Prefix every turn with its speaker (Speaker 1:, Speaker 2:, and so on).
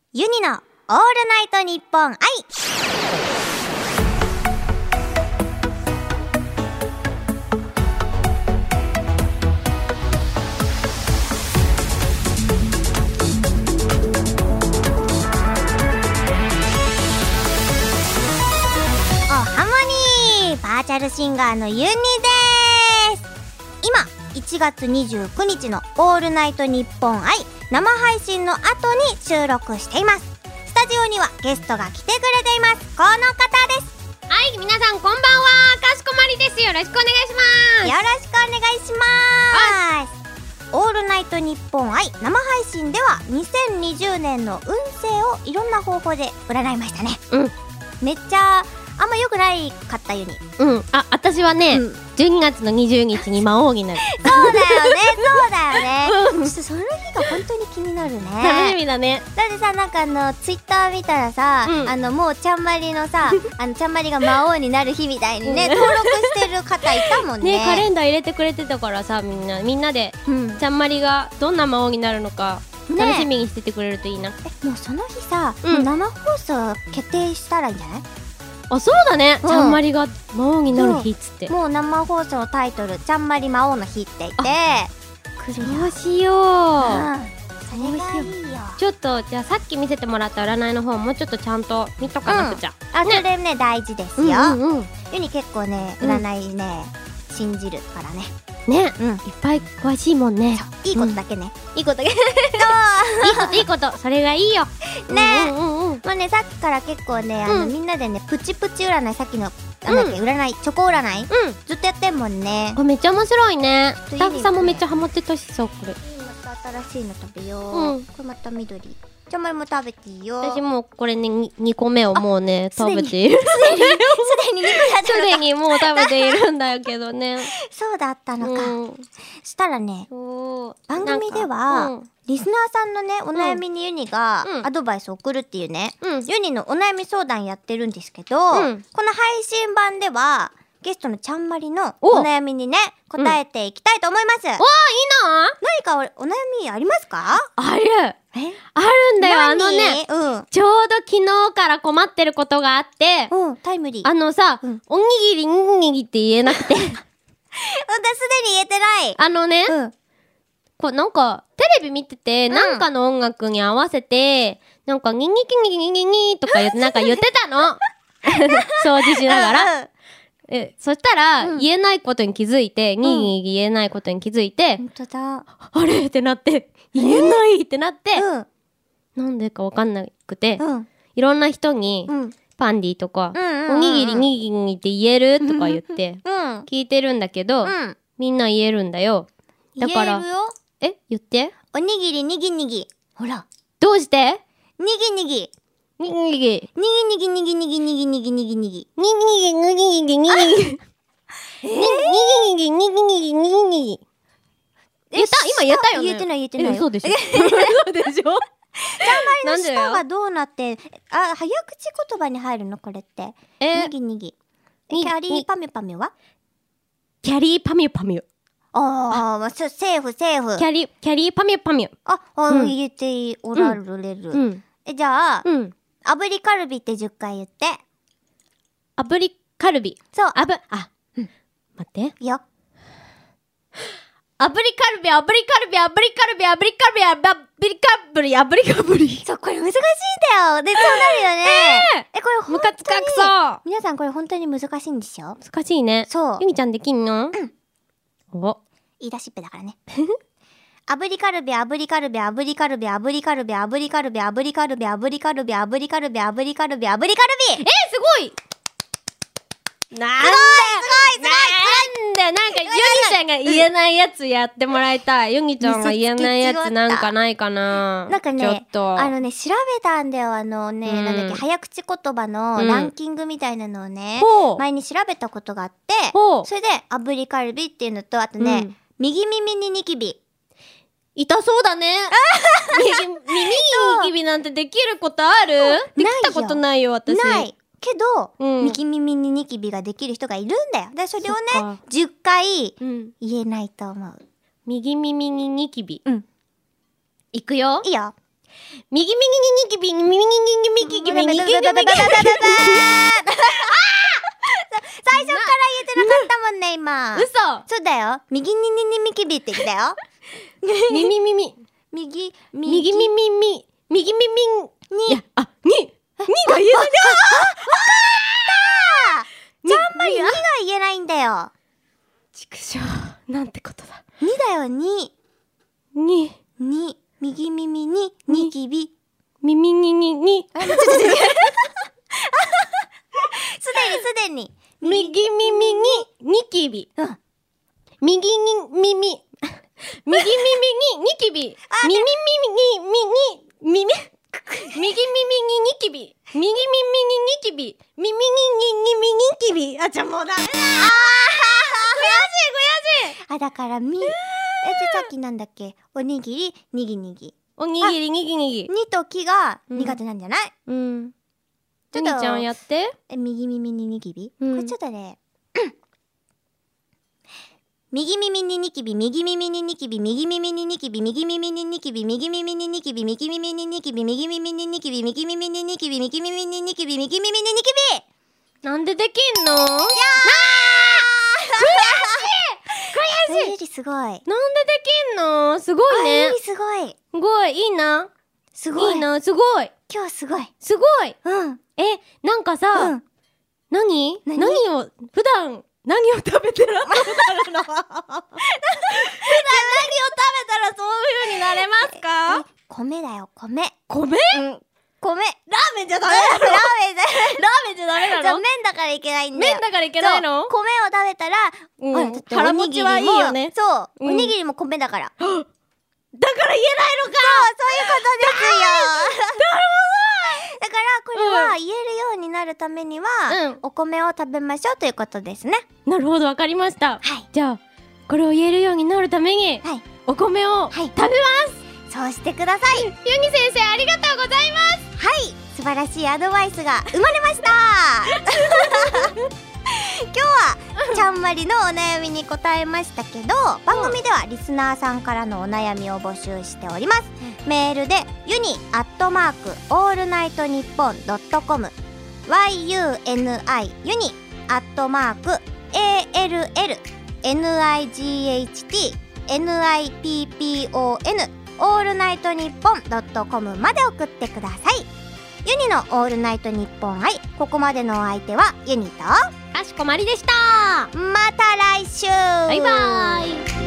Speaker 1: ユニのオールナイトニッポン愛。おハモニー、バーチャルシンガーのユニです。今1月29日のオールナイトニッポン愛生配信の後に収録しています。スタジオにはゲストが来てくれています。この方です。
Speaker 2: はい、皆さんこんばんは。かしこまりです。よろしくお願いします。
Speaker 1: よろしくお願いします。オールナイトニッポン愛生配信では2020年の運勢をいろんな方法で占いましたね。めっちゃあんま良くないかったユニ。
Speaker 2: 私はね、12月の20日に魔王になる。
Speaker 1: そうだよね、そうだよね。ちょっとその日が本当に気になるね。
Speaker 2: 楽しみだね。
Speaker 1: だってさ、なんかツイッター見たらさ、もうちゃんまりのさちゃんまりが魔王になる日みたいにね登録してる方いたもんね。
Speaker 2: ね、カレンダー入れてくれてたからさ、みんなで、ちゃんまりがどんな魔王になるのか楽しみにしててくれるといいな。
Speaker 1: もうその日さ、もう生放送決定したらいいんじゃない？
Speaker 2: あ、そうだね。ちゃんまりが魔王になる日っつって、
Speaker 1: もう生放送タイトルちゃんまり魔王の日って言って
Speaker 2: そうしよう。
Speaker 1: それがいいよ。
Speaker 2: ちょっとじゃあさっき見せてもらった占いの方もうちょっとちゃんと見とかなくちゃ。
Speaker 1: それね大事ですよ。ユニ結構ね占いね信じるからね。
Speaker 2: ね、いっぱい詳しいもんね。
Speaker 1: いいことだけね。
Speaker 2: いいことだけ。いいこと、それがいいよ。
Speaker 1: ね。まあね、さっきから結構ねみんなでねプチプチ占い、さっきのなんだっけ占い、チョコ占いずっとやってんもんね。
Speaker 2: めっちゃ面白いね。スタッフさんもめっちゃハマってたしさ、これ
Speaker 1: また新しいの食べよう。これまた緑。ちゃんまりも食べていいよ。
Speaker 2: 私もうこれね2個目をもうね食べている。すでにもう食べているんだけどね。
Speaker 1: そうだったのか。したらね、番組ではリスナーさんのねお悩みにユニがアドバイスを送るっていうね、ユニのお悩み相談やってるんですけど、この配信版ではゲストのちゃんまりのお悩みにね答えていきたいと思います。
Speaker 2: いいな。
Speaker 1: 何かお悩みありますか？
Speaker 2: あるんだよ。ちょうど昨日から困ってることがあって、
Speaker 1: タイムリー。
Speaker 2: さ、おにぎりって言えなくて。
Speaker 1: すでに言えてない。
Speaker 2: なんかテレビ見てて、なんかの音楽に合わせてなんかニンニキニニニニとか言ってなんか言ってたの。掃除しながら。そしたら言えないことに気づいて、ニギ言えないことに気づいて、
Speaker 1: 本当だ。
Speaker 2: あれってなって言えないってなって、なんでかわかんなくて、いろんな人にパンディとかおにぎりにぎにって言えるとか言って聞いてるんだけど、みんな言えるんだよ。だから言って。
Speaker 1: おにぎりにぎにぎ。ほら。
Speaker 2: どうして？
Speaker 1: にぎにぎ。
Speaker 2: にぎにぎ。
Speaker 1: にぎにぎにぎにぎにぎにぎにぎ。
Speaker 2: にぎにぎにぎにぎにぎ。にぎにぎにぎにぎにぎにぎ。今言ったよね。
Speaker 1: 言えてない言えてない。
Speaker 2: そうでしょ。そうでしょ。
Speaker 1: ちゃんまりの舌はどうなって、早口言葉に入るのこれって。にぎにぎ。キャリーパミュパミュは？
Speaker 2: キャリーパミュパミュ。
Speaker 1: セーフ。キ
Speaker 2: ャリーパミュパミュ。
Speaker 1: 言えておられる。じゃあ、炙りカルビって10回言って。
Speaker 2: 炙りカルビ。
Speaker 1: そう。
Speaker 2: 待って。
Speaker 1: いや。
Speaker 2: 炙りカルビ。そう、
Speaker 1: これ難しいんだよ。で、そうなるよね。これ
Speaker 2: ムカつかくそ。
Speaker 1: 皆さんこれ本当に難しいんですよ。
Speaker 2: 難しいね。
Speaker 1: そう。
Speaker 2: ゆみちゃんできんの？お。
Speaker 1: 言い出しっぺだからね。炙りカルビ、炙りカルビ、炙りカルビ、炙りカルビ、炙りカルビ、炙りカルビ、炙りカルビ、炙りカルビ、炙りカルビ、炙りカルビ。
Speaker 2: すごい。なんだなんかユニちゃんが言えないやつやってもらいたい。ユニちゃんが言えないやつなんかないかな。
Speaker 1: なんかね、
Speaker 2: ちょっと
Speaker 1: 調べたんだよ。なんだっけ、早口言葉のランキングみたいなのをね、前に調べたことがあって、それで炙りカルビっていうのと、あとね、右耳にニキビ。
Speaker 2: 痛そうだね。耳にニキビなんてできることある？できたことないよ、私。
Speaker 1: ないけど、右耳にニキビができる人がいるんだよ。でそれをね10回言えないと思う。
Speaker 2: 右耳にニキビ。いくよ。
Speaker 1: いいよ。
Speaker 2: 右にニキビ、右にニキビ、右にニキビ。最初から言えて
Speaker 1: なかったもんね、今。
Speaker 2: 嘘。
Speaker 1: そうだよ。右にニキビって言ったよ。
Speaker 2: 右耳。
Speaker 1: 右
Speaker 2: 耳。右耳
Speaker 1: に。
Speaker 2: いや、あ、にが言えない。
Speaker 1: わかったじゃああんまり2が言えないんだよ。
Speaker 2: 畜生。なんてことだ。
Speaker 1: 2だよ、2。右耳にニキビ。
Speaker 2: 耳に。
Speaker 1: すでに。
Speaker 2: 右耳にニキビ。右耳にニキビ。右耳にニキビ。あ、じゃもうダメだ。悔しい。
Speaker 1: あ、だからさっきなんだっけ、おにぎりにぎにぎ。
Speaker 2: おにぎりにぎにぎ。
Speaker 1: にときが苦手なんじゃない？
Speaker 2: うん。
Speaker 1: ちょっと
Speaker 2: みーちゃんやって。
Speaker 1: 右耳にニキビ？これちょっとね。右耳にニキビ、右耳にニキビ、右耳にニキビ、右耳にニキビ、右耳にニキビ、右耳にニキビ、右耳にニキビ、右耳にニキビ、右耳にニキビ、右耳にニキビ。
Speaker 2: なんでできんの？いやー！
Speaker 1: 悔しい。すごい。なんでで
Speaker 2: きんの？すごいね。
Speaker 1: すごい。
Speaker 2: すごい、いいな。
Speaker 1: すごい。
Speaker 2: いいな、すごい。
Speaker 1: 今日すごい。
Speaker 2: すごい。なんかさ、何を、普段、何を食べてるの？普段何を食べたらそういう風になれますか？
Speaker 1: 米だよ、米。
Speaker 2: 米？
Speaker 1: 米。
Speaker 2: ラーメンじゃダメなの？ラーメンじゃダメなの？
Speaker 1: じゃあ麺だからいけないんだよ。
Speaker 2: 麺だからいけないの？
Speaker 1: 米を食べたら、
Speaker 2: 腹持ちはいいよね。
Speaker 1: そう、おにぎりも米だから。だから言えないのか。そういうことですよ。なるほど。だからこれは言えるようになるためには、お米を食べましょうということですね。
Speaker 2: なるほど、わかりました。じゃあこれを言えるようになるために、お米を食べます。
Speaker 1: そうしてください。
Speaker 2: ユニ先生、ありがとうございます。
Speaker 1: はい、素晴らしいアドバイスが生まれました。今日はちゃんまりのお悩みに答えましたけど、番組ではリスナーさんからのお悩みを募集しております。メールでuni@allnightnippon.com yuni@allnightnippon allnightnippon.com まで送ってください。ユニのオールナイトニッポン愛、ここまでのお相手はユニと
Speaker 2: かしこまりでした。
Speaker 1: また来週。
Speaker 2: バイバーイ。